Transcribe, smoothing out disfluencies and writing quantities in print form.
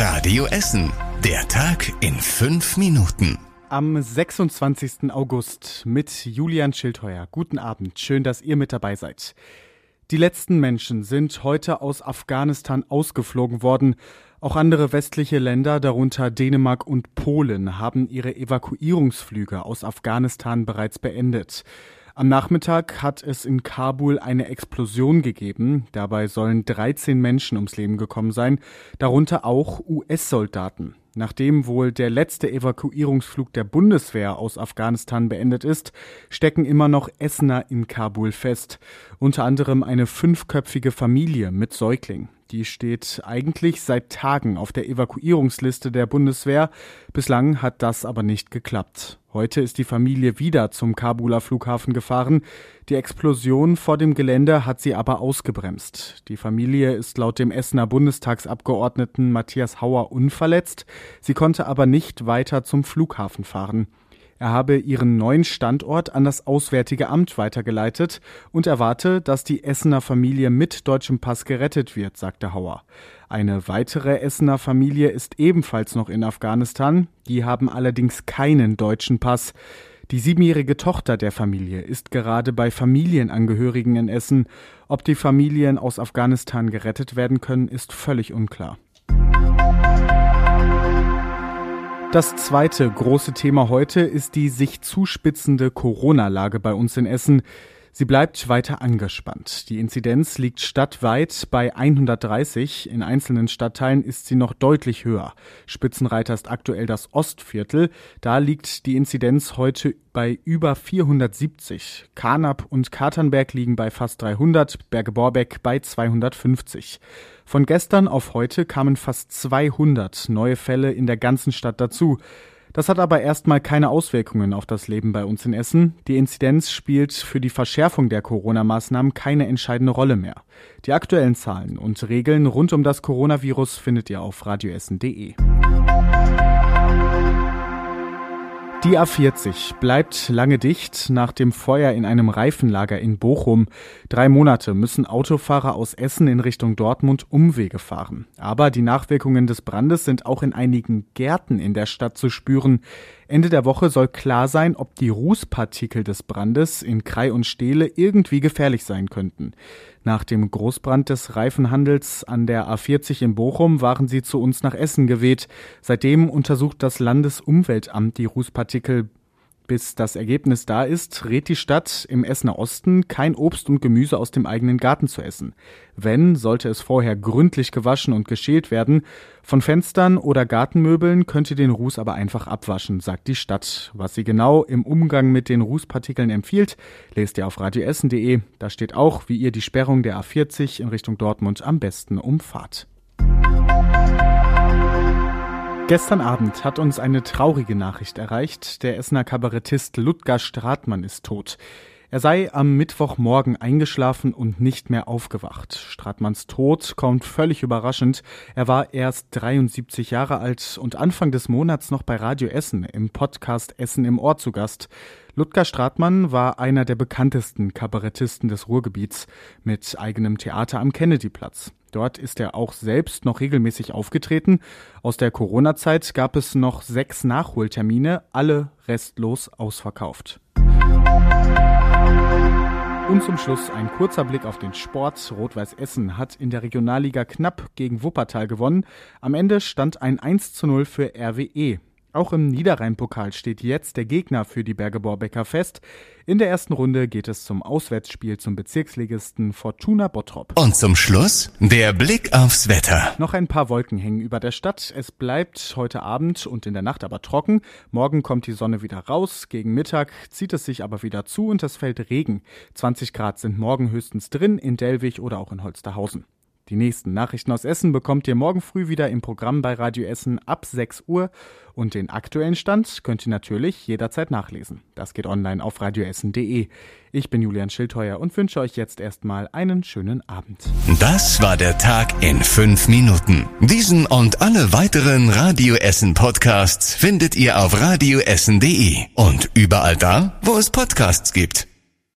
Radio Essen. Der Tag in 5 Minuten. Am 26. August mit Julian Schildheuer. Guten Abend, schön, dass ihr mit dabei seid. Die letzten Menschen sind heute aus Afghanistan ausgeflogen worden. Auch andere westliche Länder, darunter Dänemark und Polen, haben ihre Evakuierungsflüge aus Afghanistan bereits beendet. Am Nachmittag hat es in Kabul eine Explosion gegeben. Dabei sollen 13 Menschen ums Leben gekommen sein, darunter auch US-Soldaten. Nachdem wohl der letzte Evakuierungsflug der Bundeswehr aus Afghanistan beendet ist, stecken immer noch Essener in Kabul fest. Unter anderem eine 5-köpfige Familie mit Säugling. Die steht eigentlich seit Tagen auf der Evakuierungsliste der Bundeswehr. Bislang hat das aber nicht geklappt. Heute ist die Familie wieder zum Kabuler Flughafen gefahren. Die Explosion vor dem Gelände hat sie aber ausgebremst. Die Familie ist laut dem Essener Bundestagsabgeordneten Matthias Hauer unverletzt. Sie konnte aber nicht weiter zum Flughafen fahren. Er habe ihren neuen Standort an das Auswärtige Amt weitergeleitet und erwarte, dass die Essener Familie mit deutschem Pass gerettet wird, sagte Hauer. Eine weitere Essener Familie ist ebenfalls noch in Afghanistan. Die haben allerdings keinen deutschen Pass. Die 7-jährige Tochter der Familie ist gerade bei Familienangehörigen in Essen. Ob die Familien aus Afghanistan gerettet werden können, ist völlig unklar. Das zweite große Thema heute ist die sich zuspitzende Corona-Lage bei uns in Essen. Sie bleibt weiter angespannt. Die Inzidenz liegt stadtweit bei 130. In einzelnen Stadtteilen ist sie noch deutlich höher. Spitzenreiter ist aktuell das Ostviertel. Da liegt die Inzidenz heute bei über 470. Carnap und Katernberg liegen bei fast 300, Berge-Borbeck bei 250. Von gestern auf heute kamen fast 200 neue Fälle in der ganzen Stadt dazu. Das hat aber erstmal keine Auswirkungen auf das Leben bei uns in Essen. Die Inzidenz spielt für die Verschärfung der Corona-Maßnahmen keine entscheidende Rolle mehr. Die aktuellen Zahlen und Regeln rund um das Coronavirus findet ihr auf radioessen.de. Die A40 bleibt lange dicht nach dem Feuer in einem Reifenlager in Bochum. 3 Monate müssen Autofahrer aus Essen in Richtung Dortmund Umwege fahren. Aber die Nachwirkungen des Brandes sind auch in einigen Gärten in der Stadt zu spüren. Ende der Woche soll klar sein, ob die Rußpartikel des Brandes in Krei und Stehle irgendwie gefährlich sein könnten. Nach dem Großbrand des Reifenhandels an der A40 in Bochum waren sie zu uns nach Essen geweht. Seitdem untersucht das Landesumweltamt die Rußpartikel. Bis das Ergebnis da ist, rät die Stadt im Essener Osten, kein Obst und Gemüse aus dem eigenen Garten zu essen. Wenn, sollte es vorher gründlich gewaschen und geschält werden. Von Fenstern oder Gartenmöbeln könnt ihr den Ruß aber einfach abwaschen, sagt die Stadt. Was sie genau im Umgang mit den Rußpartikeln empfiehlt, lest ihr auf radioessen.de. Da steht auch, wie ihr die Sperrung der A40 in Richtung Dortmund am besten umfahrt. Gestern Abend hat uns eine traurige Nachricht erreicht. Der Essener Kabarettist Ludger Stratmann ist tot. Er sei am Mittwochmorgen eingeschlafen und nicht mehr aufgewacht. Stratmanns Tod kommt völlig überraschend. Er war erst 73 Jahre alt und Anfang des Monats noch bei Radio Essen im Podcast Essen im Ohr zu Gast. Ludger Stratmann war einer der bekanntesten Kabarettisten des Ruhrgebiets mit eigenem Theater am Kennedyplatz. Dort ist er auch selbst noch regelmäßig aufgetreten. Aus der Corona-Zeit gab es noch 6 Nachholtermine, alle restlos ausverkauft. Und zum Schluss ein kurzer Blick auf den Sport. Rot-Weiß Essen hat in der Regionalliga knapp gegen Wuppertal gewonnen. Am Ende stand ein 1:0 für RWE. Auch im Niederrhein-Pokal steht jetzt der Gegner für die Berge-Borbecker fest. In der ersten Runde geht es zum Auswärtsspiel zum Bezirksligisten Fortuna Bottrop. Und zum Schluss der Blick aufs Wetter. Noch ein paar Wolken hängen über der Stadt. Es bleibt heute Abend und in der Nacht aber trocken. Morgen kommt die Sonne wieder raus. Gegen Mittag zieht es sich aber wieder zu und es fällt Regen. 20 Grad sind morgen höchstens drin in Dellwig oder auch in Holsterhausen. Die nächsten Nachrichten aus Essen bekommt ihr morgen früh wieder im Programm bei Radio Essen ab 6 Uhr. Und den aktuellen Stand könnt ihr natürlich jederzeit nachlesen. Das geht online auf radioessen.de. Ich bin Julian Schildheuer und wünsche euch jetzt erstmal einen schönen Abend. Das war der Tag in 5 Minuten. Diesen und alle weiteren Radio Essen Podcasts findet ihr auf radioessen.de und überall da, wo es Podcasts gibt.